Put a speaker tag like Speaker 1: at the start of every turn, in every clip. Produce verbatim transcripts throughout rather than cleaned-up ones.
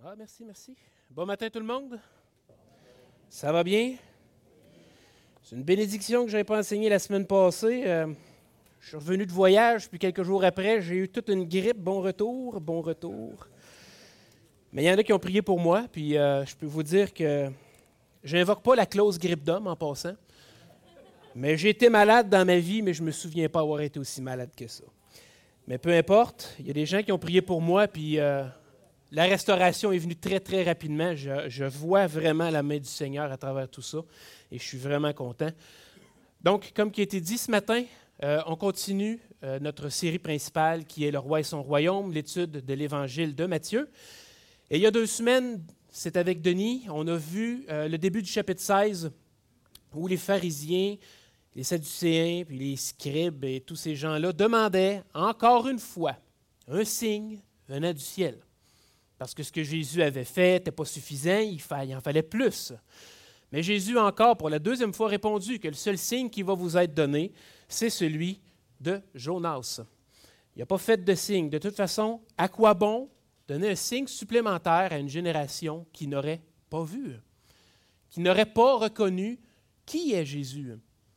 Speaker 1: Ah, merci, merci. Bon matin tout le monde. Ça va bien? C'est une bénédiction que je n'avais pas enseignée la semaine passée. Euh, je suis revenu de voyage, puis quelques jours après, j'ai eu toute une grippe. Bon retour, bon retour. Mais il y en a qui ont prié pour moi, puis euh, je peux vous dire que je n'invoque pas la clause grippe d'homme en passant. Mais j'ai été malade dans ma vie, mais je ne me souviens pas avoir été aussi malade que ça. Mais peu importe, il y a des gens qui ont prié pour moi, puis euh, la restauration est venue très, très rapidement. Je, je vois vraiment la main du Seigneur à travers tout ça, et je suis vraiment content. Donc, comme qui a été dit ce matin, euh, on continue euh, notre série principale qui est « Le roi et son royaume », l'étude de l'Évangile de Matthieu. Et il y a deux semaines, c'est avec Denis, on a vu euh, le début du chapitre seize, où les pharisiens, les sadducéens, puis les scribes et tous ces gens-là demandaient encore une fois un signe venant du ciel. Parce que ce que Jésus avait fait n'était pas suffisant, il, fa- il en fallait plus. Mais Jésus a encore, pour la deuxième fois, répondu que le seul signe qui va vous être donné, c'est celui de Jonas. Il n'a pas fait de signe. De toute façon, à quoi bon donner un signe supplémentaire à une génération qui n'aurait pas vu, qui n'aurait pas reconnu qui est Jésus?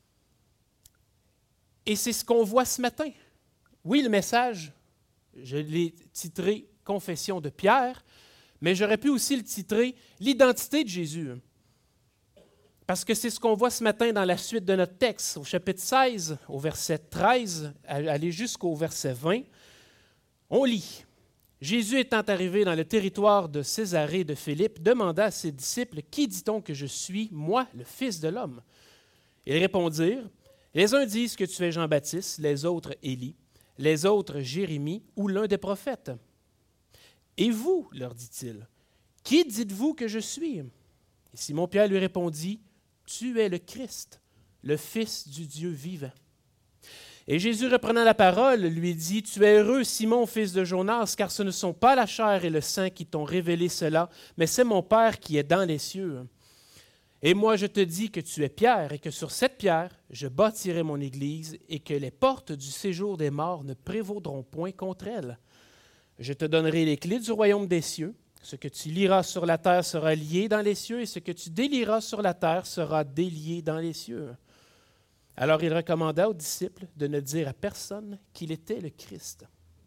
Speaker 1: Et c'est ce qu'on voit ce matin. Oui, le message, je l'ai titré « Confession de Pierre », mais j'aurais pu aussi le titrer « L'identité de Jésus ». Parce que c'est ce qu'on voit ce matin dans la suite de notre texte, au chapitre seize, au verset treize, aller jusqu'au verset vingt. On lit « Jésus étant arrivé dans le territoire de Césarée de Philippe, demanda à ses disciples « Qui dit-on que je suis, moi, le Fils de l'homme » Ils répondirent « Les uns disent que tu es Jean-Baptiste, les autres Élie, les autres Jérémie ou l'un des prophètes. » « Et vous, leur dit-il, qui dites-vous que je suis? » Et Simon-Pierre lui répondit, « Tu es le Christ, le Fils du Dieu vivant. » Et Jésus, reprenant la parole, lui dit, « Tu es heureux, Simon, fils de Jonas, car ce ne sont pas la chair et le sang qui t'ont révélé cela, mais c'est mon Père qui est dans les cieux. Et moi, je te dis que tu es Pierre, et que sur cette pierre, je bâtirai mon Église, et que les portes du séjour des morts ne prévaudront point contre elle. Je te donnerai les clés du royaume des cieux. Ce que tu lieras sur la terre sera lié dans les cieux, et ce que tu délieras sur la terre sera délié dans les cieux. » Alors il recommanda aux disciples de ne dire à personne qu'il était le Christ.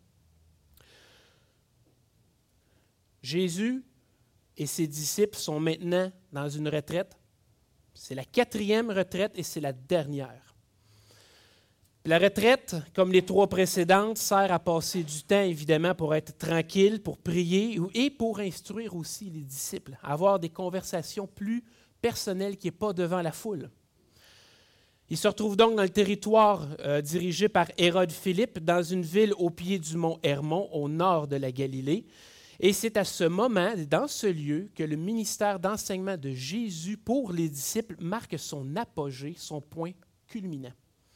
Speaker 1: Jésus et ses disciples sont maintenant dans une retraite. C'est la quatrième retraite et c'est la dernière. La retraite, comme les trois précédentes, sert à passer du temps, évidemment, pour être tranquille, pour prier et pour instruire aussi les disciples, avoir des conversations plus personnelles qui n'est pas devant la foule. Il se retrouve donc dans le territoire euh, dirigé par Hérode Philippe, dans une ville au pied du mont Hermon, au nord de la Galilée. Et c'est à ce moment, dans ce lieu, que le ministère d'enseignement de Jésus pour les disciples marque son apogée, son point culminant.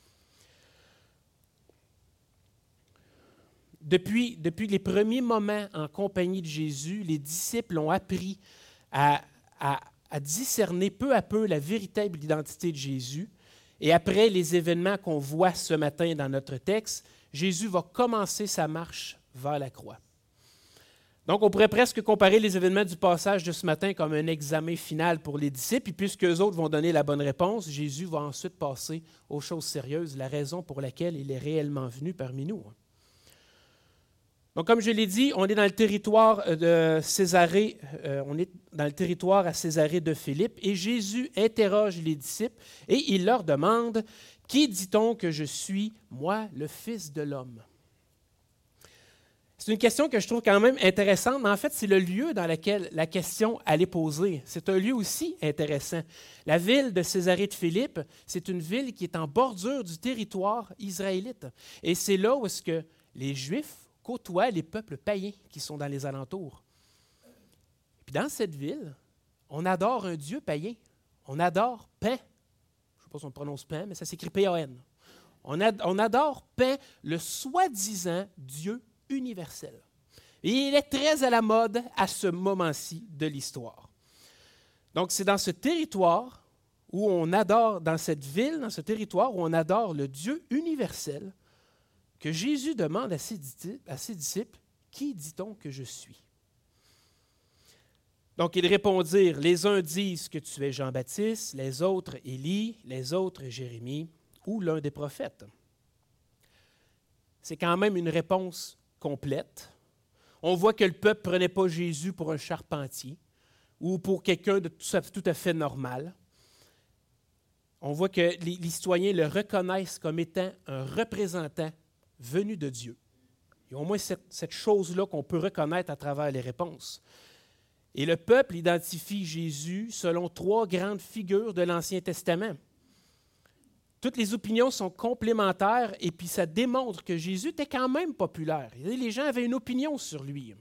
Speaker 1: Depuis, depuis les premiers moments en compagnie de Jésus, les disciples ont appris à, à, à discerner peu à peu la véritable identité de Jésus. Et après les événements qu'on voit ce matin dans notre texte, Jésus va commencer sa marche vers la croix. Donc, on pourrait presque comparer les événements du passage de ce matin comme un examen final pour les disciples. Et puisque eux autres vont donner la bonne réponse, Jésus va ensuite passer aux choses sérieuses, la raison pour laquelle il est réellement venu parmi nous. Donc, comme je l'ai dit, on est dans le territoire de Césarée, euh, on est dans le territoire à Césarée de Philippe, et Jésus interroge les disciples et il leur demande « Qui dit-on que je suis, moi, le Fils de l'homme » C'est une question que je trouve quand même intéressante, mais en fait, c'est le lieu dans lequel la question allait poser. C'est un lieu aussi intéressant. La ville de Césarée de Philippe, c'est une ville qui est en bordure du territoire israélite. Et c'est là où est-ce que les Juifs côtoient les peuples païens qui sont dans les alentours. Et puis dans cette ville, on adore un dieu païen. On adore Pan. Je ne sais pas si on prononce Pan, mais ça s'écrit P A N. On, ad, on adore Pan, le soi-disant dieu universel. Et il est très à la mode à ce moment-ci de l'histoire. Donc c'est dans ce territoire où on adore, dans cette ville, dans ce territoire où on adore le Dieu universel, que Jésus demande à ses, à ses disciples, « Qui dit-on que je suis? » Donc, ils répondirent, les uns disent que tu es Jean-Baptiste, les autres Élie, les autres Jérémie ou l'un des prophètes. C'est quand même une réponse complète. On voit que le peuple ne prenait pas Jésus pour un charpentier ou pour quelqu'un de tout à fait normal. On voit que les, les citoyens le reconnaissent comme étant un représentant venu de Dieu. Il y a au moins cette, cette chose-là qu'on peut reconnaître à travers les réponses. Et le peuple identifie Jésus selon trois grandes figures de l'Ancien Testament. Toutes les opinions sont complémentaires et puis ça démontre que Jésus était quand même populaire. Les gens avaient une opinion sur lui.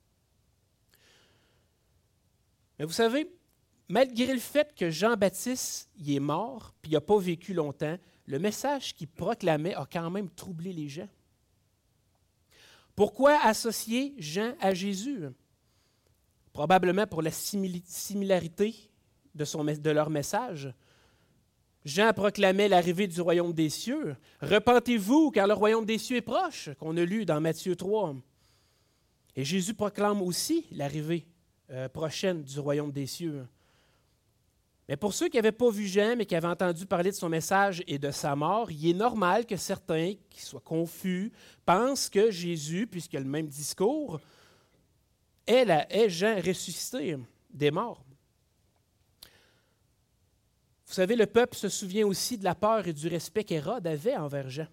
Speaker 1: Mais vous savez, malgré le fait que Jean-Baptiste y est mort puis il n'a pas vécu longtemps, le message qu'il proclamait a quand même troublé les gens. Pourquoi associer Jean à Jésus? Probablement pour la similarité de, son, de leur message. Jean proclamait l'arrivée du royaume des cieux. « Repentez-vous, car le royaume des cieux est proche », qu'on a lu dans Matthieu trois. Et Jésus proclame aussi l'arrivée euh, prochaine du royaume des cieux. Mais pour ceux qui n'avaient pas vu Jean, mais qui avaient entendu parler de son message et de sa mort, il est normal que certains, qui soient confus, pensent que Jésus, puisqu'il a le même discours, est, la, est Jean ressuscité des morts. Vous savez, le peuple se souvient aussi de la peur et du respect qu'Hérode avait envers Jean.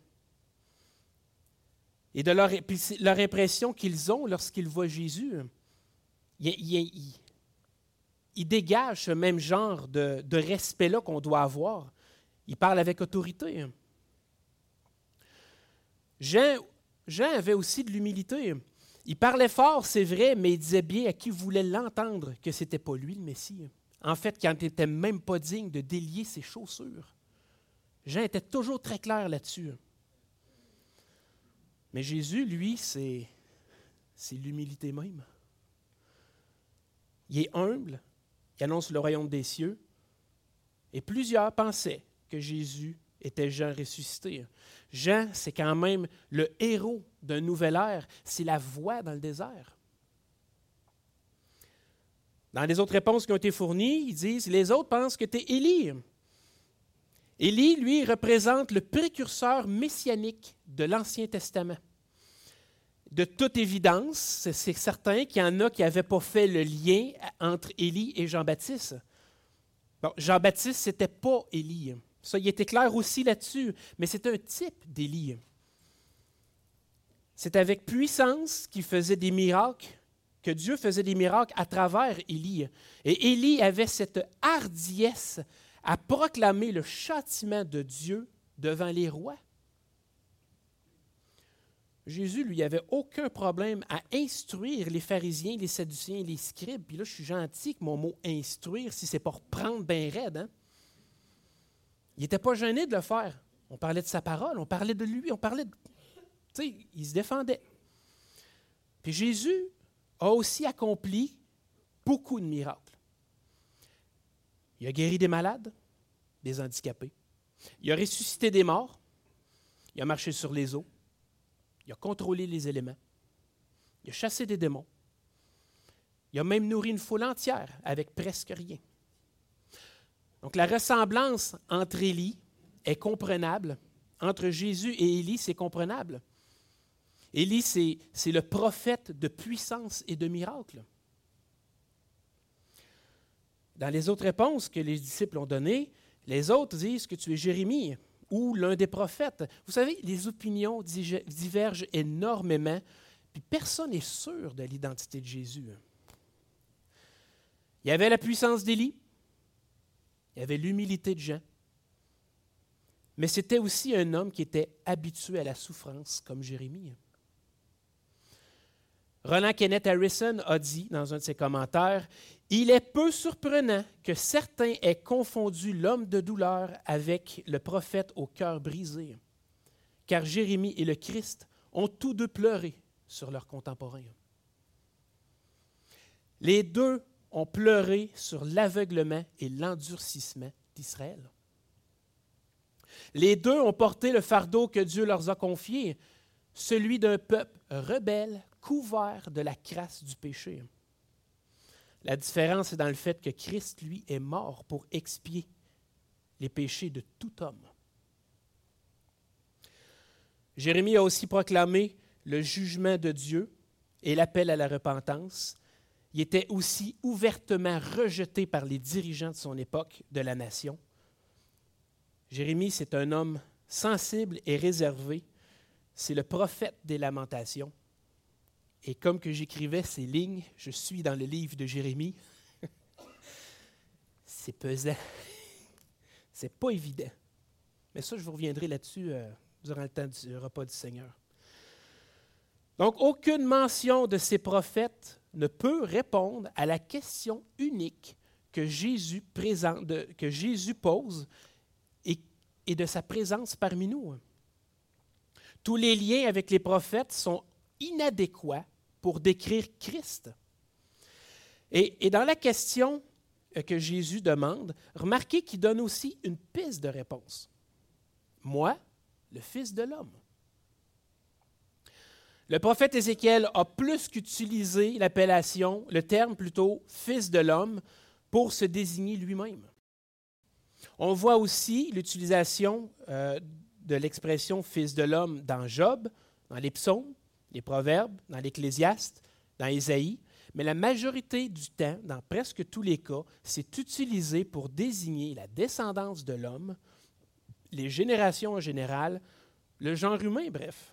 Speaker 1: Et de leur, puis leur impression qu'ils ont lorsqu'ils voient Jésus. Il, il, il, il dégage ce même genre de, de respect-là qu'on doit avoir. Il parle avec autorité. Jean, Jean avait aussi de l'humilité. Il parlait fort, c'est vrai, mais il disait bien à qui voulait l'entendre que ce n'était pas lui le Messie. En fait, quand il n'était même pas digne de délier ses chaussures. Jean était toujours très clair là-dessus. Mais Jésus, lui, c'est, c'est l'humilité même. Il est humble, il annonce le royaume des cieux, et plusieurs pensaient que Jésus était Jean ressuscité. Jean, c'est quand même le héros d'un nouvel ère, c'est la voix dans le désert. Dans les autres réponses qui ont été fournies, ils disent « Les autres pensent que tu es Élie. » Élie, lui, représente le précurseur messianique de l'Ancien Testament. De toute évidence, c'est, c'est certain qu'il y en a qui n'avaient pas fait le lien entre Élie et Jean-Baptiste. Bon, Jean-Baptiste, ce n'était pas Élie. Ça, il était clair aussi là-dessus, mais c'est un type d'Élie. C'est avec puissance qu'il faisait des miracles, que Dieu faisait des miracles à travers Élie. Et Élie avait cette hardiesse à proclamer le châtiment de Dieu devant les rois. Jésus, lui, n'avait aucun problème à instruire les pharisiens, les sadduciens, les scribes. Puis là, je suis gentil que mon mot « instruire », si c'est pour prendre bien raide, hein? Il n'était pas gêné de le faire. On parlait de sa parole, on parlait de lui, on parlait de... Tu sais, il se défendait. Puis Jésus a aussi accompli beaucoup de miracles. Il a guéri des malades, des handicapés. Il a ressuscité des morts. Il a marché sur les eaux. Il a contrôlé les éléments. Il a chassé des démons. Il a même nourri une foule entière avec presque rien. Donc la ressemblance entre Élie est comprenable. Entre Jésus et Élie, c'est comprenable. Élie, c'est, c'est le prophète de puissance et de miracles. Dans les autres réponses que les disciples ont données, les autres disent que tu es Jérémie ou l'un des prophètes. Vous savez, les opinions divergent énormément, puis personne n'est sûr de l'identité de Jésus. Il y avait la puissance d'Élie, il y avait l'humilité de Jean, mais c'était aussi un homme qui était habitué à la souffrance, comme Jérémie. Roland Kenneth Harrison a dit dans un de ses commentaires, « Il est peu surprenant que certains aient confondu l'homme de douleur avec le prophète au cœur brisé, car Jérémie et le Christ ont tous deux pleuré sur leurs contemporains. » Les deux ont pleuré sur l'aveuglement et l'endurcissement d'Israël. Les deux ont porté le fardeau que Dieu leur a confié, celui d'un peuple rebelle, couvert de la crasse du péché. La différence est dans le fait que Christ, lui, est mort pour expier les péchés de tout homme. Jérémie a aussi proclamé le jugement de Dieu et l'appel à la repentance. Il était aussi ouvertement rejeté par les dirigeants de son époque, de la nation. Jérémie, c'est un homme sensible et réservé. C'est le prophète des lamentations. Et comme que j'écrivais ces lignes, je suis dans le livre de Jérémie. C'est pesant. C'est pas évident. Mais ça, je vous reviendrai là-dessus euh, durant le temps du repas du Seigneur. Donc, aucune mention de ces prophètes ne peut répondre à la question unique que Jésus, présente, de, que Jésus pose et, et de sa présence parmi nous. Tous les liens avec les prophètes sont inadéquats pour décrire Christ. Et, et dans la question que Jésus demande, remarquez qu'il donne aussi une piste de réponse. Moi, le Fils de l'homme. Le prophète Ézéchiel a plus qu'utilisé l'appellation, le terme plutôt, Fils de l'homme, pour se désigner lui-même. On voit aussi l'utilisation euh, de l'expression Fils de l'homme dans Job, dans les psaumes, les proverbes, dans l'Ecclésiaste, dans Ésaïe, mais la majorité du temps, dans presque tous les cas, c'est utilisé pour désigner la descendance de l'homme, les générations en général, le genre humain, bref.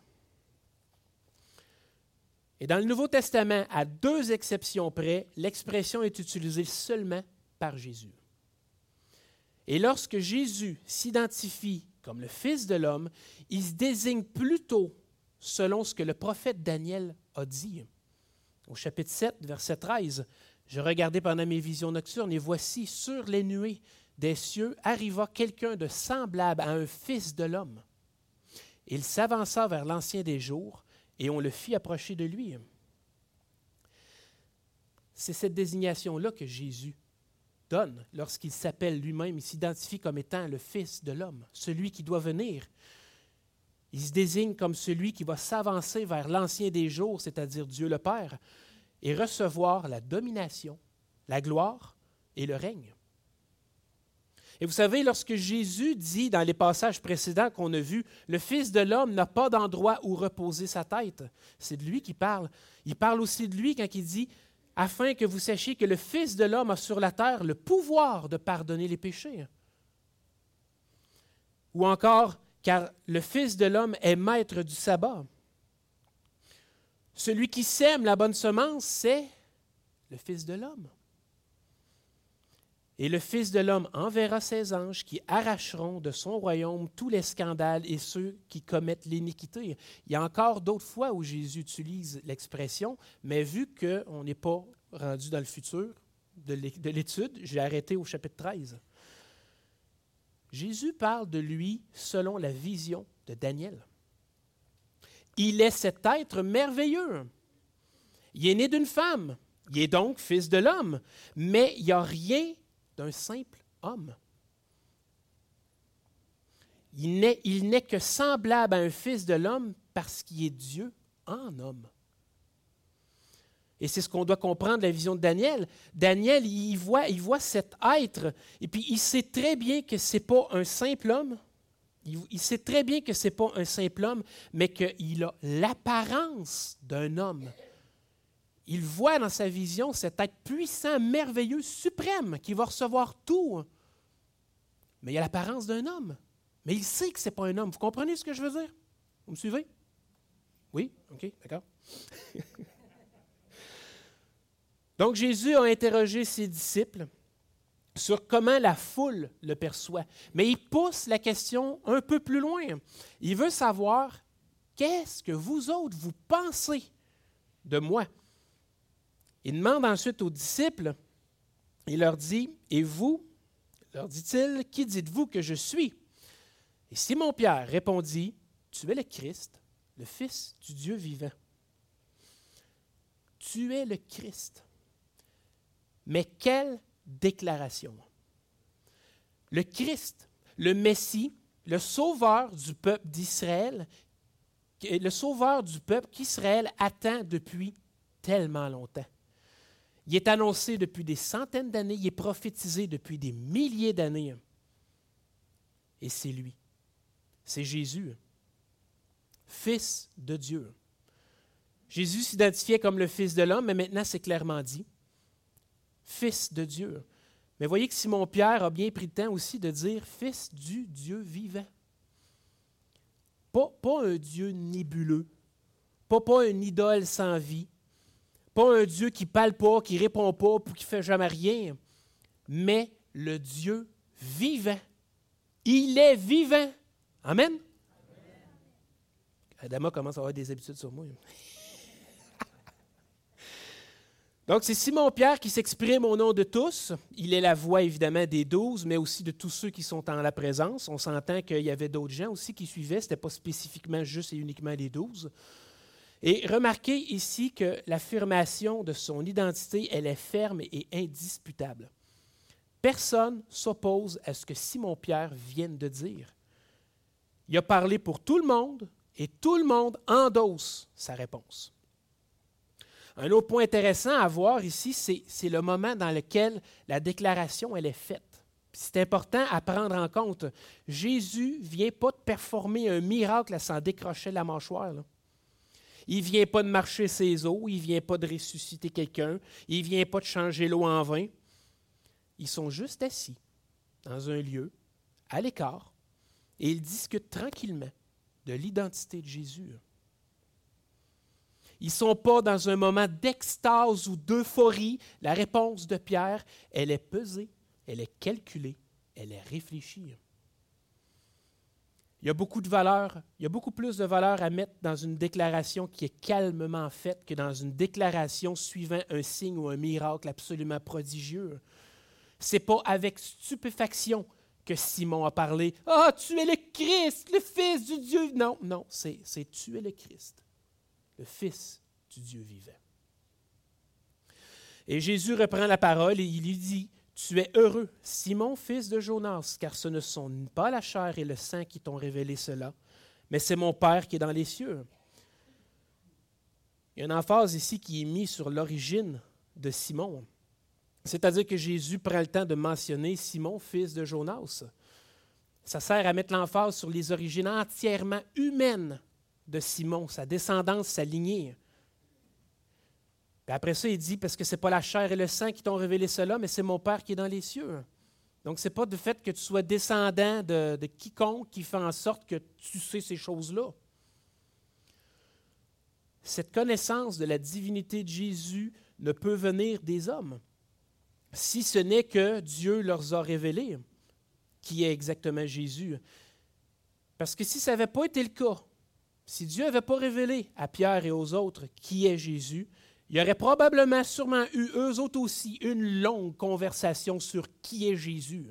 Speaker 1: Et dans le Nouveau Testament, à deux exceptions près, l'expression est utilisée seulement par Jésus. Et lorsque Jésus s'identifie comme le Fils de l'homme, il se désigne plutôt selon ce que le prophète Daniel a dit. Au chapitre sept, verset treize, « Je regardais pendant mes visions nocturnes, et voici, sur les nuées des cieux, arriva quelqu'un de semblable à un fils de l'homme. Il s'avança vers l'Ancien des jours, et on le fit approcher de lui. » C'est cette désignation-là que Jésus donne lorsqu'il s'appelle lui-même, il s'identifie comme étant le Fils de l'homme, celui qui doit venir. Il se désigne comme celui qui va s'avancer vers l'Ancien des jours, c'est-à-dire Dieu le Père, et recevoir la domination, la gloire et le règne. Et vous savez, lorsque Jésus dit dans les passages précédents qu'on a vus, « Le Fils de l'homme n'a pas d'endroit où reposer sa tête », c'est de lui qu'il parle. Il parle aussi de lui quand il dit « Afin que vous sachiez que le Fils de l'homme a sur la terre le pouvoir de pardonner les péchés. » Ou encore, « Car le Fils de l'homme est maître du sabbat. » Celui qui sème la bonne semence, c'est le Fils de l'homme. Et le Fils de l'homme enverra ses anges qui arracheront de son royaume tous les scandales et ceux qui commettent l'iniquité. Il y a encore d'autres fois où Jésus utilise l'expression, mais vu qu'on n'est pas rendu dans le futur de l'étude, j'ai arrêté au chapitre treize. Jésus parle de lui selon la vision de Daniel. Il est cet être merveilleux. Il est né d'une femme. Il est donc fils de l'homme. Mais il n'y a rien d'un simple homme. Il n'est, il n'est que semblable à un fils de l'homme parce qu'il est Dieu en homme. Et c'est ce qu'on doit comprendre de la vision de Daniel. Daniel, il voit, il voit cet être, et puis il sait très bien que ce n'est pas un simple homme. Il, il sait très bien que ce n'est pas un simple homme, mais qu'il a l'apparence d'un homme. Il voit dans sa vision cet être puissant, merveilleux, suprême, qui va recevoir tout. Mais il a l'apparence d'un homme. Mais il sait que ce n'est pas un homme. Vous comprenez ce que je veux dire? Vous me suivez? Oui? OK, d'accord. Donc, Jésus a interrogé ses disciples sur comment la foule le perçoit. Mais il pousse la question un peu plus loin. Il veut savoir, qu'est-ce que vous autres, vous pensez de moi? Il demande ensuite aux disciples, il leur dit, « Et vous, leur dit-il, qui dites-vous que je suis? » Et Simon-Pierre répondit, « Tu es le Christ, le Fils du Dieu vivant. » Tu es le Christ. Mais quelle déclaration! Le Christ, le Messie, le sauveur du peuple d'Israël, le sauveur du peuple qu'Israël attend depuis tellement longtemps. Il est annoncé depuis des centaines d'années, il est prophétisé depuis des milliers d'années. Et c'est lui. C'est Jésus, Fils de Dieu. Jésus s'identifiait comme le Fils de l'homme, mais maintenant c'est clairement dit. Fils de Dieu. Mais voyez que Simon-Pierre a bien pris le temps aussi de dire Fils du Dieu vivant. Pas, pas un Dieu nébuleux, pas, pas une idole sans vie, pas un Dieu qui ne parle pas, qui ne répond pas, qui ne fait jamais rien, mais le Dieu vivant. Il est vivant. Amen? Amen. Adama commence à avoir des habitudes sur moi. Donc, c'est Simon-Pierre qui s'exprime au nom de tous. Il est la voix, évidemment, des douze, mais aussi de tous ceux qui sont en la présence. On s'entend qu'il y avait d'autres gens aussi qui suivaient. Ce n'était pas spécifiquement juste et uniquement les douze. Et remarquez ici que l'affirmation de son identité, elle est ferme et indisputable. Personne ne s'oppose à ce que Simon-Pierre vienne de dire. Il a parlé pour tout le monde et tout le monde endosse sa réponse. Un autre point intéressant à voir ici, c'est, c'est le moment dans lequel la déclaration elle est faite. C'est important à prendre en compte. Jésus ne vient pas de performer un miracle à s'en décrocher la mâchoire. Là. Il ne vient pas de marcher ses eaux, il ne vient pas de ressusciter quelqu'un, il ne vient pas de changer l'eau en vin. Ils sont juste assis dans un lieu, à l'écart, et ils discutent tranquillement de l'identité de Jésus. Ils ne sont pas dans un moment d'extase ou d'euphorie. La réponse de Pierre, elle est pesée, elle est calculée, elle est réfléchie. Il y a beaucoup de valeur, il y a beaucoup plus de valeur à mettre dans une déclaration qui est calmement faite que dans une déclaration suivant un signe ou un miracle absolument prodigieux. Ce n'est pas avec stupéfaction que Simon a parlé. « Ah, tu es le Christ, le Fils du Dieu! » Non, non, c'est, c'est « tu es le Christ, le Fils du Dieu vivant. » Et Jésus reprend la parole et il lui dit, « Tu es heureux, Simon, fils de Jonas, car ce ne sont pas la chair et le sang qui t'ont révélé cela, mais c'est mon Père qui est dans les cieux. » Il y a une emphase ici qui est mise sur l'origine de Simon. C'est-à-dire que Jésus prend le temps de mentionner Simon, fils de Jonas. Ça sert à mettre l'emphase sur les origines entièrement humaines de Simon, sa descendance, sa lignée. Puis après ça, il dit, parce que ce n'est pas la chair et le sang qui t'ont révélé cela, mais c'est mon Père qui est dans les cieux. Donc, ce n'est pas du fait que tu sois descendant de, de quiconque qui fait en sorte que tu sais ces choses-là. Cette connaissance de la divinité de Jésus ne peut venir des hommes, si ce n'est que Dieu leur a révélé qui est exactement Jésus. Parce que si ça n'avait pas été le cas, si Dieu n'avait pas révélé à Pierre et aux autres qui est Jésus, il y aurait probablement sûrement eu, eux autres aussi, une longue conversation sur qui est Jésus.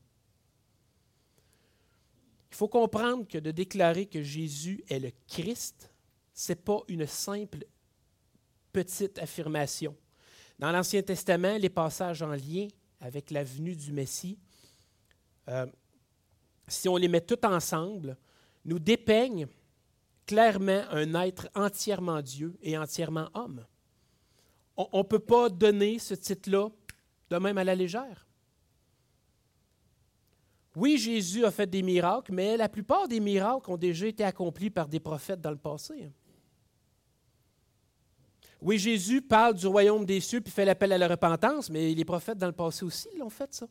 Speaker 1: Il faut comprendre que de déclarer que Jésus est le Christ, ce n'est pas une simple petite affirmation. Dans l'Ancien Testament, les passages en lien avec la venue du Messie, euh, si on les met tous ensemble, nous dépeignent clairement un être entièrement Dieu et entièrement homme. On ne peut pas donner ce titre-là de même à la légère. Oui, Jésus a fait des miracles, mais la plupart des miracles ont déjà été accomplis par des prophètes dans le passé. Oui, Jésus parle du royaume des cieux puis fait l'appel à la repentance, mais les prophètes dans le passé aussi l'ont fait, ça.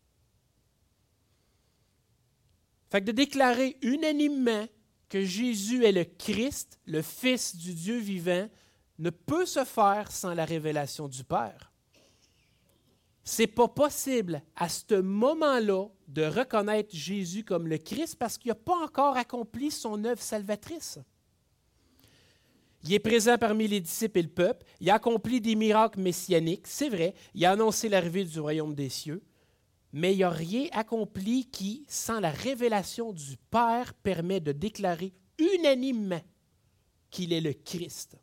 Speaker 1: Fait que de déclarer unanimement que Jésus est le Christ, le Fils du Dieu vivant, ne peut se faire sans la révélation du Père. Ce n'est pas possible à ce moment-là de reconnaître Jésus comme le Christ parce qu'il n'a pas encore accompli son œuvre salvatrice. Il est présent parmi les disciples et le peuple, il a accompli des miracles messianiques, c'est vrai, il a annoncé l'arrivée du royaume des cieux, mais il n'a rien accompli qui, sans la révélation du Père, permet de déclarer unanimement qu'il est le Christ.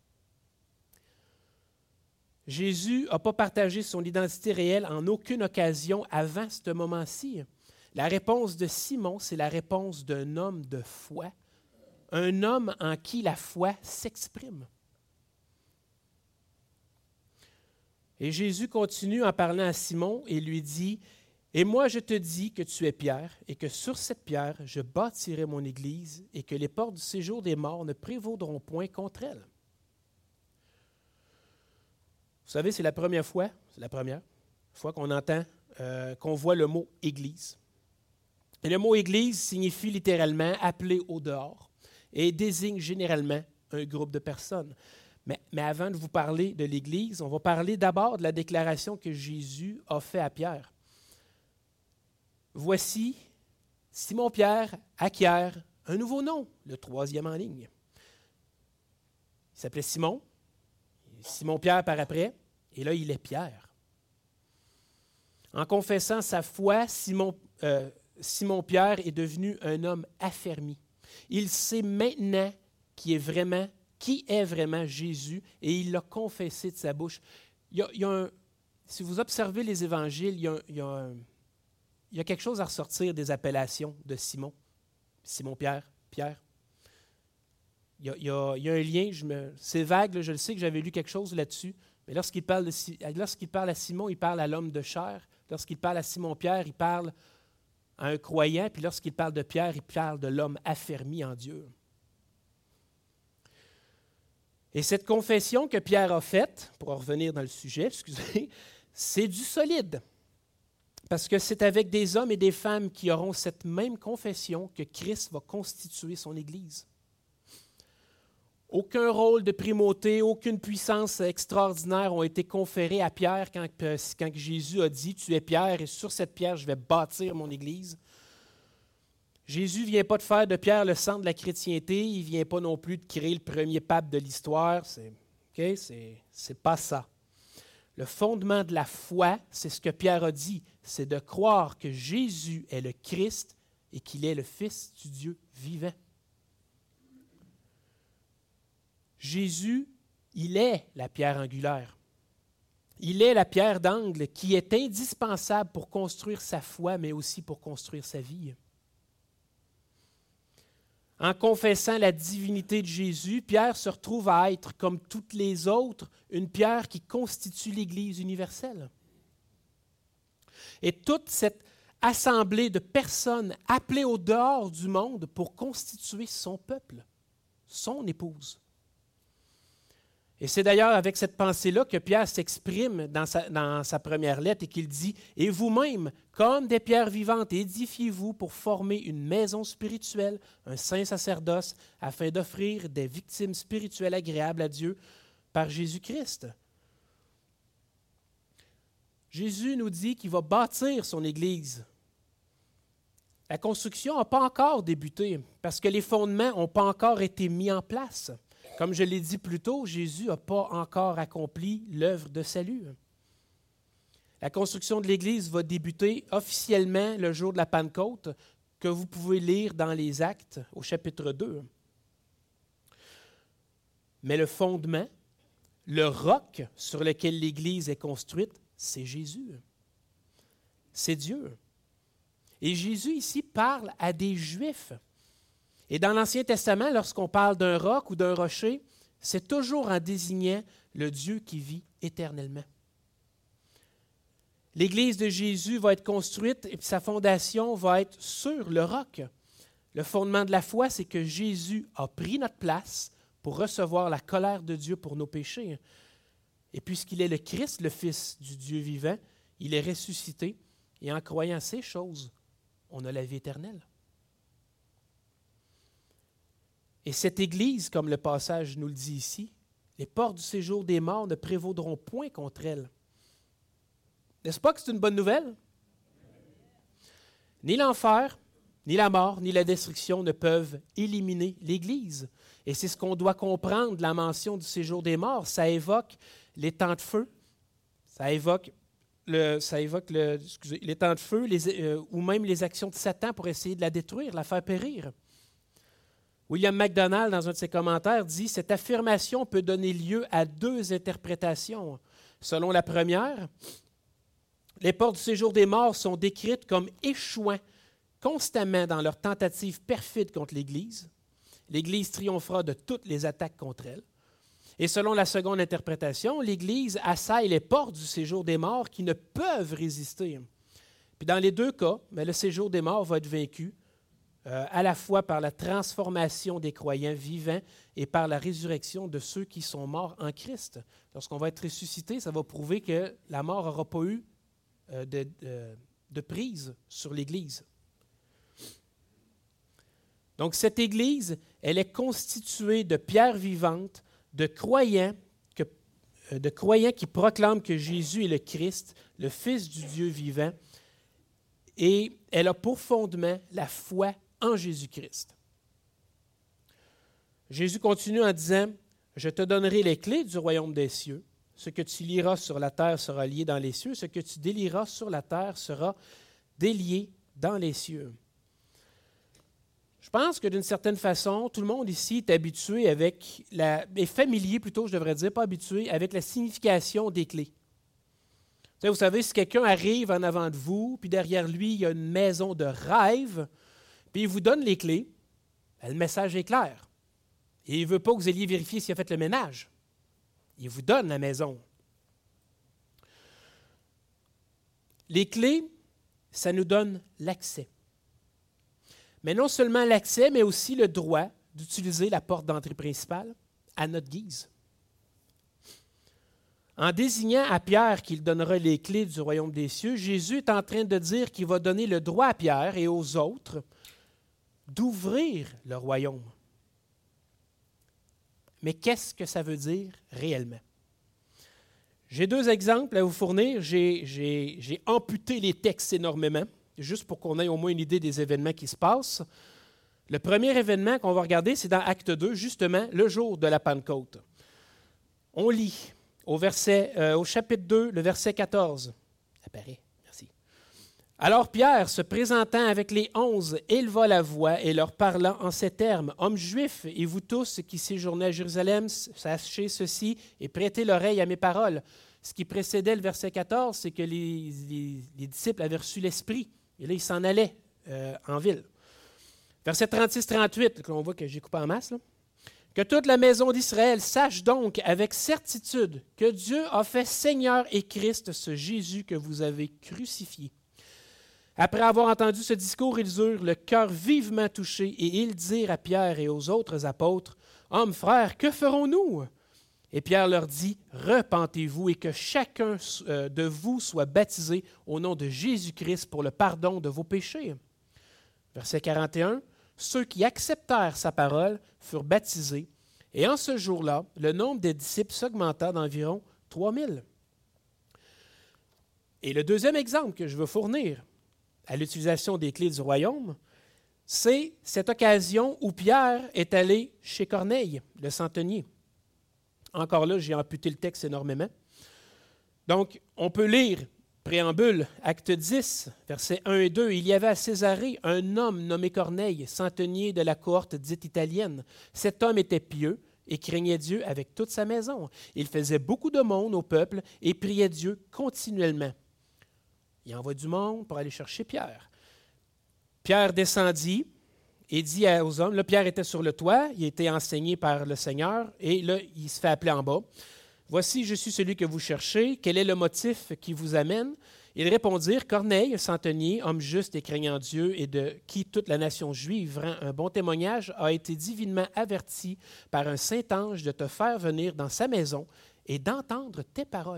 Speaker 1: Jésus n'a pas partagé son identité réelle en aucune occasion avant ce moment-ci. La réponse de Simon, c'est la réponse d'un homme de foi, un homme en qui la foi s'exprime. Et Jésus continue en parlant à Simon et lui dit, « Et moi je te dis que tu es Pierre, et que sur cette pierre je bâtirai mon Église, et que les portes du séjour des morts ne prévaudront point contre elle. » Vous savez, c'est la première fois, c'est la première fois qu'on entend, euh, qu'on voit le mot « Église ». Et le mot « Église » signifie littéralement « appelé au dehors » et désigne généralement un groupe de personnes. Mais, mais avant de vous parler de l'Église, on va parler d'abord de la déclaration que Jésus a faite à Pierre. « Voici, Simon-Pierre acquiert un nouveau nom, le troisième en ligne. » Il s'appelait Simon, Simon-Pierre par après, et là, il est Pierre. En confessant sa foi, Simon, euh, Simon-Pierre est devenu un homme affermi. Il sait maintenant qui est vraiment, qui est vraiment Jésus, et il l'a confessé de sa bouche. Il y a, il y a un, si vous observez les évangiles, il y a, il y a un, il y a quelque chose à ressortir des appellations de Simon. Simon-Pierre, Pierre. Il y a, il y a, il y a un lien, je me, c'est vague, là, je le sais que j'avais lu quelque chose là-dessus, mais lorsqu'il parle, de, lorsqu'il parle à Simon, il parle à l'homme de chair. Lorsqu'il parle à Simon-Pierre, il parle à un croyant, puis lorsqu'il parle de Pierre, il parle de l'homme affermi en Dieu. Et cette confession que Pierre a faite, pour en revenir dans le sujet, excusez, c'est du solide. Parce que c'est avec des hommes et des femmes qui auront cette même confession que Christ va constituer son Église. Aucun rôle de primauté, aucune puissance extraordinaire ont été conférés à Pierre quand, quand Jésus a dit « Tu es Pierre et sur cette pierre, je vais bâtir mon Église ». Jésus ne vient pas de faire de Pierre le centre de la chrétienté, il ne vient pas non plus de créer le premier pape de l'histoire. C'est, okay, c'est, c'est pas ça. Le fondement de la foi, c'est ce que Pierre a dit, c'est de croire que Jésus est le Christ et qu'il est le Fils du Dieu vivant. Jésus, il est la pierre angulaire. Il est la pierre d'angle qui est indispensable pour construire sa foi, mais aussi pour construire sa vie. En confessant la divinité de Jésus, Pierre se retrouve à être, comme toutes les autres, une pierre qui constitue l'Église universelle. Et toute cette assemblée de personnes appelées au dehors du monde pour constituer son peuple, son épouse. Et c'est d'ailleurs avec cette pensée-là que Pierre s'exprime dans sa, dans sa première lettre et qu'il dit « Et vous-même, comme des pierres vivantes, édifiez-vous pour former une maison spirituelle, un saint sacerdoce, afin d'offrir des victimes spirituelles agréables à Dieu par Jésus-Christ. » Jésus nous dit qu'il va bâtir son Église. La construction n'a pas encore débuté parce que les fondements n'ont pas encore été mis en place. Comme je l'ai dit plus tôt, Jésus n'a pas encore accompli l'œuvre de salut. La construction de l'Église va débuter officiellement le jour de la Pentecôte, que vous pouvez lire dans les Actes au chapitre deux. Mais le fondement, le roc sur lequel l'Église est construite, c'est Jésus. C'est Dieu. Et Jésus ici parle à des Juifs. Et dans l'Ancien Testament, lorsqu'on parle d'un roc ou d'un rocher, c'est toujours en désignant le Dieu qui vit éternellement. L'Église de Jésus va être construite et sa fondation va être sur le roc. Le fondement de la foi, c'est que Jésus a pris notre place pour recevoir la colère de Dieu pour nos péchés. Et puisqu'il est le Christ, le Fils du Dieu vivant, il est ressuscité et en croyant ces choses, on a la vie éternelle. Et cette Église, comme le passage nous le dit ici, les portes du séjour des morts ne prévaudront point contre elle. N'est-ce pas que c'est une bonne nouvelle? Ni l'enfer, ni la mort, ni la destruction ne peuvent éliminer l'Église. Et c'est ce qu'on doit comprendre de la mention du séjour des morts. Ça évoque les temps de feu, ça évoque, le, ça évoque le, excusez, les temps de feu les, euh, ou même les actions de Satan pour essayer de la détruire, la faire périr. William MacDonald, dans un de ses commentaires, dit « Cette affirmation peut donner lieu à deux interprétations. Selon la première, les portes du séjour des morts sont décrites comme échouant constamment dans leurs tentatives perfides contre l'Église. L'Église triomphera de toutes les attaques contre elle. Et selon la seconde interprétation, l'Église assaille les portes du séjour des morts qui ne peuvent résister. Puis dans les deux cas, bien, le séjour des morts va être vaincu euh, à la fois par la transformation des croyants vivants et par la résurrection de ceux qui sont morts en Christ. Lorsqu'on va être ressuscité, ça va prouver que la mort n'aura pas eu euh, de, de, de prise sur l'Église. Donc cette Église, elle est constituée de pierres vivantes, de croyants, que, euh, de croyants qui proclament que Jésus est le Christ, le Fils du Dieu vivant, et elle a pour fondement la foi en Jésus-Christ. Jésus continue en disant, « Je te donnerai les clés du royaume des cieux. Ce que tu lieras sur la terre sera lié dans les cieux. Ce que tu délieras sur la terre sera délié dans les cieux. » Je pense que d'une certaine façon, tout le monde ici est habitué avec, la, est familier plutôt, je devrais dire, pas habitué, avec la signification des clés. Vous savez, si quelqu'un arrive en avant de vous, puis derrière lui, il y a une maison de rêve, puis il vous donne les clés, le message est clair. Et il ne veut pas que vous alliez vérifier s'il a fait le ménage. Il vous donne la maison. Les clés, ça nous donne l'accès. Mais non seulement l'accès, mais aussi le droit d'utiliser la porte d'entrée principale à notre guise. En désignant à Pierre qu'il donnera les clés du royaume des cieux, Jésus est en train de dire qu'il va donner le droit à Pierre et aux autres d'ouvrir le royaume. Mais qu'est-ce que ça veut dire réellement? J'ai deux exemples à vous fournir. J'ai, j'ai, j'ai amputé les textes énormément, juste pour qu'on ait au moins une idée des événements qui se passent. Le premier événement qu'on va regarder, c'est dans Acte deux, justement, le jour de la Pentecôte. On lit au, verset, euh, au chapitre deux, le verset quatorze. Ça apparaît, merci. Alors Pierre, se présentant avec les onze, éleva la voix et leur parlant en ces termes. « Hommes juifs, et vous tous qui séjournez à Jérusalem, sachez ceci et prêtez l'oreille à mes paroles. » Ce qui précédait le verset quatorze, c'est que les, les, les disciples avaient reçu l'Esprit. Et là, ils s'en allaient euh, en ville. Verset trente-six trente-huit, on voit que j'ai coupé en masse. Là. « Que toute la maison d'Israël sache donc avec certitude que Dieu a fait Seigneur et Christ ce Jésus que vous avez crucifié. » Après avoir entendu ce discours, ils eurent le cœur vivement touché et ils dirent à Pierre et aux autres apôtres, « Hommes, frères, que ferons-nous? » Et Pierre leur dit, « Repentez-vous et que chacun de vous soit baptisé au nom de Jésus-Christ pour le pardon de vos péchés. » Verset quarante et un, « Ceux qui acceptèrent sa parole furent baptisés, et en ce jour-là, le nombre des disciples s'augmenta d'environ trois mille. » Et le deuxième exemple que je veux fournir à l'utilisation des clés du royaume, c'est cette occasion où Pierre est allé chez Corneille, le centenier. Encore là, j'ai amputé le texte énormément. Donc, on peut lire, préambule, acte dix, versets un et deux. « Il y avait à Césarée un homme nommé Corneille, centenier de la cohorte dite italienne. Cet homme était pieux et craignait Dieu avec toute sa maison. Il faisait beaucoup de monde au peuple et priait Dieu continuellement. » Il envoie du monde pour aller chercher Pierre. Pierre descendit et dit aux hommes, là Pierre était sur le toit, il était enseigné par le Seigneur, et là il se fait appeler en bas. « Voici, je suis celui que vous cherchez, quel est le motif qui vous amène? » Ils répondirent, « Corneille, centenier, homme juste et craignant Dieu, et de qui toute la nation juive rend un bon témoignage, a été divinement averti par un saint ange de te faire venir dans sa maison et d'entendre tes paroles. »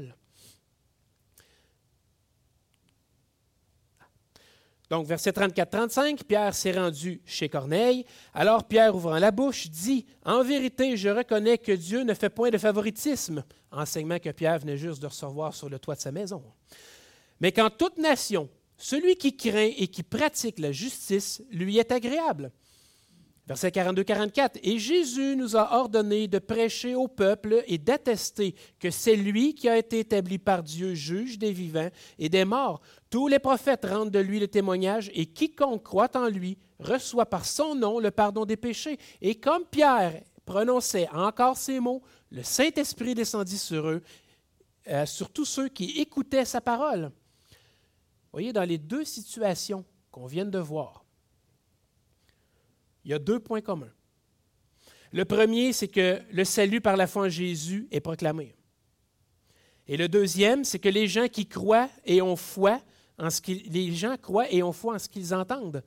Speaker 1: Donc, verset trente-quatre trente-cinq, Pierre s'est rendu chez Corneille. Alors Pierre, ouvrant la bouche, dit, « En vérité, je reconnais que Dieu ne fait point de favoritisme. » Enseignement que Pierre venait juste de recevoir sur le toit de sa maison. « Mais qu'en toute nation, celui qui craint et qui pratique la justice lui est agréable. » Verset quarante-deux quarante-quatre, « Et Jésus nous a ordonné de prêcher au peuple et d'attester que c'est lui qui a été établi par Dieu, juge des vivants et des morts. Tous les prophètes rendent de lui le témoignage, et quiconque croit en lui reçoit par son nom le pardon des péchés. Et comme Pierre prononçait encore ces mots, le Saint-Esprit descendit sur eux, euh, sur tous ceux qui écoutaient sa parole. » Vous voyez, dans les deux situations qu'on vient de voir, il y a deux points communs. Le premier, c'est que le salut par la foi en Jésus est proclamé. Et le deuxième, c'est que les gens qui croient et ont foi en ce qu'ils, les gens croient et ont foi en ce qu'ils entendent.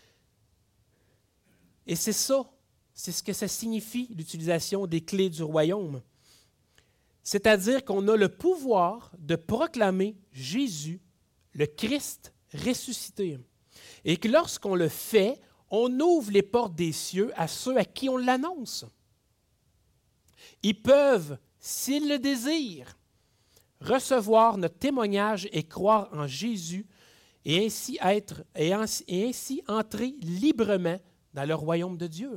Speaker 1: Et c'est ça, c'est ce que ça signifie, l'utilisation des clés du royaume. C'est-à-dire qu'on a le pouvoir de proclamer Jésus, le Christ ressuscité. Et que lorsqu'on le fait, on ouvre les portes des cieux à ceux à qui on l'annonce. Ils peuvent, s'ils le désirent, recevoir notre témoignage et croire en Jésus et ainsi, être, et ainsi entrer librement dans le royaume de Dieu.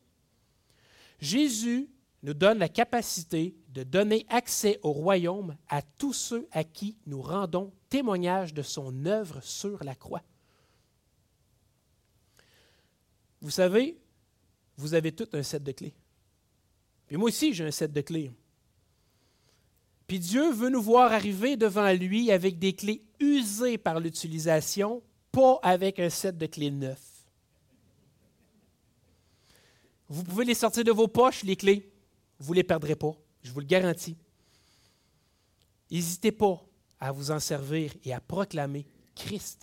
Speaker 1: Jésus nous donne la capacité de donner accès au royaume à tous ceux à qui nous rendons témoignage de son œuvre sur la croix. Vous savez, vous avez tous un set de clés. Puis moi aussi, j'ai un set de clés. Puis Dieu veut nous voir arriver devant lui avec des clés usées par l'utilisation, pas avec un set de clés neuf. Vous pouvez les sortir de vos poches, les clés. Vous ne les perdrez pas, je vous le garantis. N'hésitez pas à vous en servir et à proclamer Christ.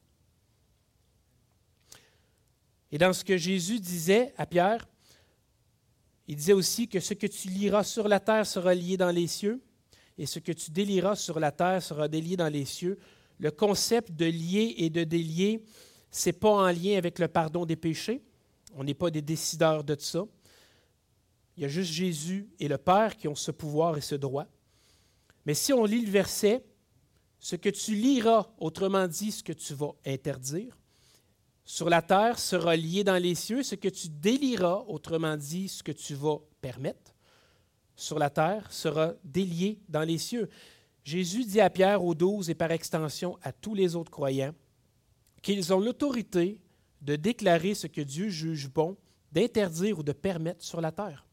Speaker 1: Et dans ce que Jésus disait à Pierre, il disait aussi que ce que tu lieras sur la terre sera lié dans les cieux, et ce que tu délieras sur la terre sera délié dans les cieux. Le concept de lier et de délier, ce n'est pas en lien avec le pardon des péchés. On n'est pas des décideurs de ça. Il y a juste Jésus et le Père qui ont ce pouvoir et ce droit. Mais si on lit le verset, ce que tu lieras, autrement dit, ce que tu vas interdire, sur la terre sera lié dans les cieux. Ce que tu délieras, autrement dit, ce que tu vas permettre, sur la terre sera délié dans les cieux. Jésus dit à Pierre, aux douze et par extension à tous les autres croyants, qu'ils ont l'autorité de déclarer ce que Dieu juge bon, d'interdire ou de permettre sur la terre.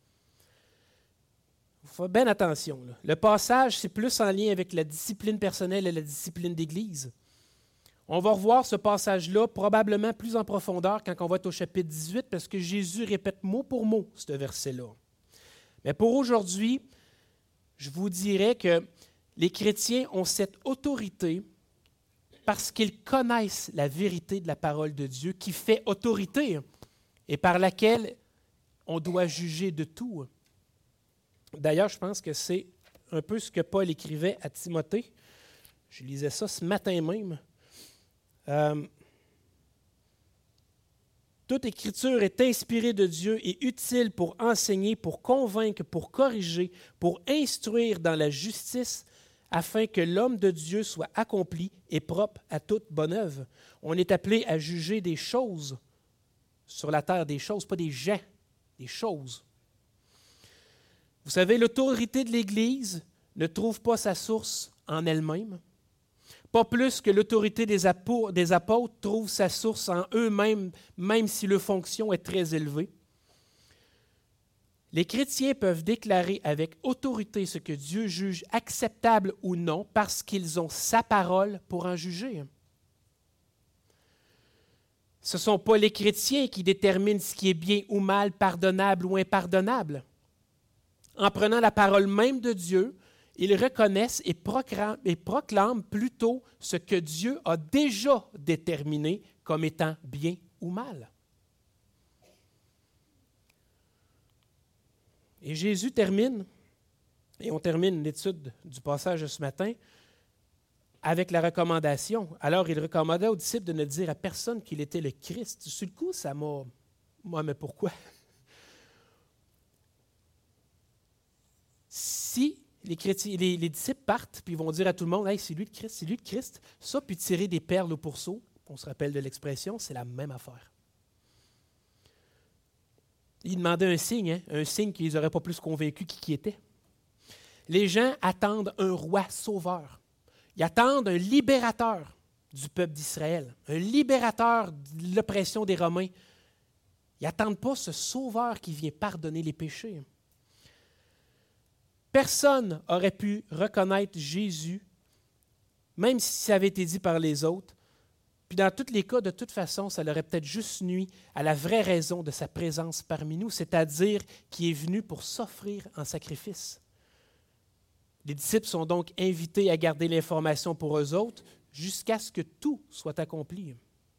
Speaker 1: Il faut faire bien attention. Là. Le passage, c'est plus en lien avec la discipline personnelle et la discipline d'Église. On va revoir ce passage-là probablement plus en profondeur quand on va être au chapitre dix-huit, parce que Jésus répète mot pour mot ce verset-là. Mais pour aujourd'hui, je vous dirais que les chrétiens ont cette autorité parce qu'ils connaissent la vérité de la parole de Dieu qui fait autorité et par laquelle on doit juger de tout. D'ailleurs, je pense que c'est un peu ce que Paul écrivait à Timothée. Je lisais ça ce matin même. Euh, Toute écriture est inspirée de Dieu et utile pour enseigner, pour convaincre, pour corriger, pour instruire dans la justice, afin que l'homme de Dieu soit accompli et propre à toute bonne œuvre. On est appelé à juger des choses sur la terre, des choses, pas des gens, des choses. Vous savez, l'autorité de l'Église ne trouve pas sa source en elle-même, pas plus que l'autorité des apôtres, des apôtres trouve sa source en eux-mêmes, même si leur fonction est très élevée. Les chrétiens peuvent déclarer avec autorité ce que Dieu juge acceptable ou non parce qu'ils ont sa parole pour en juger. Ce ne sont pas les chrétiens qui déterminent ce qui est bien ou mal, pardonnable ou impardonnable. En prenant la parole même de Dieu, ils reconnaissent et proclament, et proclament plutôt ce que Dieu a déjà déterminé comme étant bien ou mal. Et Jésus termine, et on termine l'étude du passage de ce matin, avec la recommandation. Alors, il recommanda aux disciples de ne dire à personne qu'il était le Christ. Sur le coup, ça m'a... Moi, mais pourquoi? Si les, chrétiens, les, les disciples partent, puis ils vont dire à tout le monde, « Hey, c'est lui le Christ, c'est lui le Christ », ça, puis tirer des perles au pourceau, on se rappelle de l'expression, c'est la même affaire. Ils demandaient un signe, hein, un signe qui ne les aurait pas plus convaincus qui qui était. Les gens attendent un roi sauveur. Ils attendent un libérateur du peuple d'Israël, un libérateur de l'oppression des Romains. Ils n'attendent pas ce sauveur qui vient pardonner les péchés. Personne n'aurait pu reconnaître Jésus, même si ça avait été dit par les autres, Puis dans tous les cas, de toute façon, ça leur aurait peut-être juste nui à la vraie raison de sa présence parmi nous, c'est-à-dire qu'il est venu pour s'offrir en sacrifice. Les disciples sont donc invités à garder l'information pour eux autres jusqu'à ce que tout soit accompli. Vous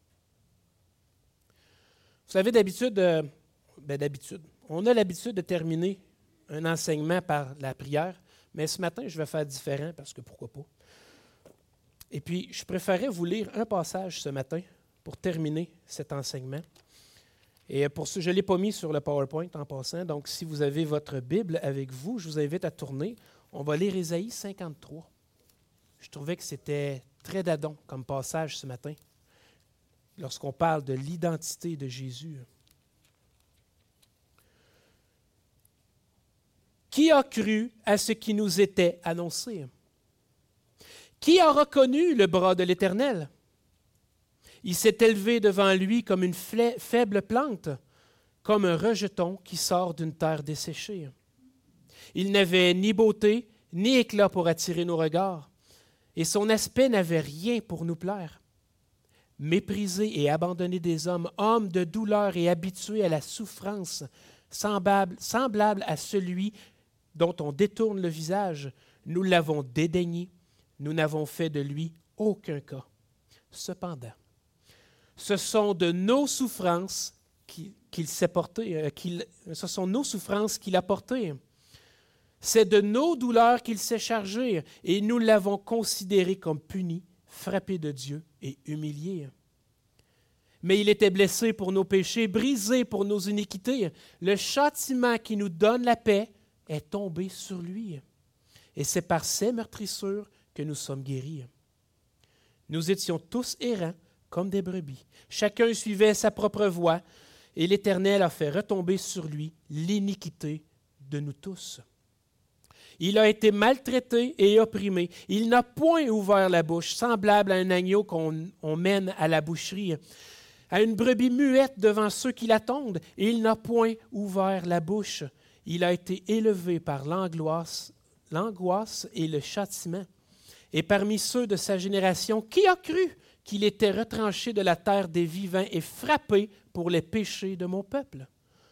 Speaker 1: savez, d'habitude, euh, ben d'habitude, on a l'habitude de terminer un enseignement par la prière, mais ce matin, je vais faire différent parce que pourquoi pas. Et puis, je préférais vous lire un passage ce matin pour terminer cet enseignement. Et pour ce, je ne l'ai pas mis sur le PowerPoint en passant, donc si vous avez votre Bible avec vous, je vous invite à tourner. On va lire Ésaïe cinquante-trois. Je trouvais que c'était très d'adon comme passage ce matin, lorsqu'on parle de l'identité de Jésus. Qui a cru à ce qui nous était annoncé? Qui a reconnu le bras de l'Éternel? Il s'est élevé devant lui comme une fla- faible plante, comme un rejeton qui sort d'une terre desséchée. Il n'avait ni beauté, ni éclat pour attirer nos regards, et son aspect n'avait rien pour nous plaire. Méprisé et abandonné des hommes, homme de douleur et habitué à la souffrance, semblable, semblable à celui dont on détourne le visage, nous l'avons dédaigné. Nous n'avons fait de lui aucun cas. Cependant, ce sont de nos souffrances qu'il, qu'il s'est porté, euh, qu'il, ce sont nos souffrances qu'il a portées. C'est de nos douleurs qu'il s'est chargé, et nous l'avons considéré comme puni, frappé de Dieu et humilié. Mais il était blessé pour nos péchés, brisé pour nos iniquités. Le châtiment qui nous donne la paix est tombé sur lui. Et c'est par ses meurtrissures que nous sommes guéris. Nous étions tous errants comme des brebis. Chacun suivait sa propre voie, et l'Éternel a fait retomber sur lui l'iniquité de nous tous. Il a été maltraité et opprimé. Il n'a point ouvert la bouche, semblable à un agneau qu'on on mène à la boucherie, à une brebis muette devant ceux qui l'attendent, et il n'a point ouvert la bouche. Il a été élevé par l'angoisse, l'angoisse et le châtiment. Et parmi ceux de sa génération, qui a cru qu'il était retranché de la terre des vivants et frappé pour les péchés de mon peuple?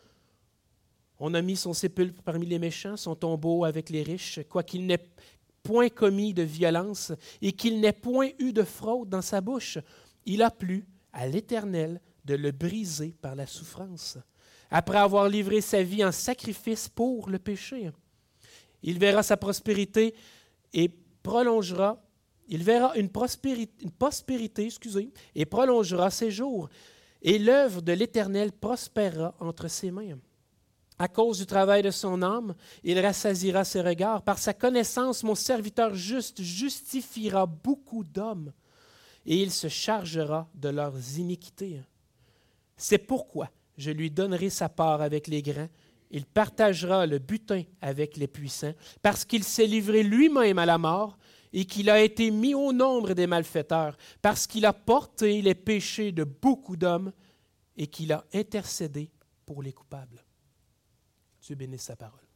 Speaker 1: On a mis son sépulcre parmi les méchants, son tombeau avec les riches, quoiqu'il n'ait point commis de violence et qu'il n'ait point eu de fraude dans sa bouche. Il a plu à l'Éternel de le briser par la souffrance, après avoir livré sa vie en sacrifice pour le péché. Il verra sa prospérité et prolongera, il verra une prospérité, une prospérité excusez, et prolongera ses jours, et l'œuvre de l'Éternel prospérera entre ses mains. À cause du travail de son âme, il rassasiera ses regards. Par sa connaissance, mon serviteur juste justifiera beaucoup d'hommes, et il se chargera de leurs iniquités. C'est pourquoi je lui donnerai sa part avec les grands. Il partagera le butin avec les puissants, parce qu'il s'est livré lui-même à la mort et qu'il a été mis au nombre des malfaiteurs, parce qu'il a porté les péchés de beaucoup d'hommes et qu'il a intercédé pour les coupables. Dieu bénisse sa parole.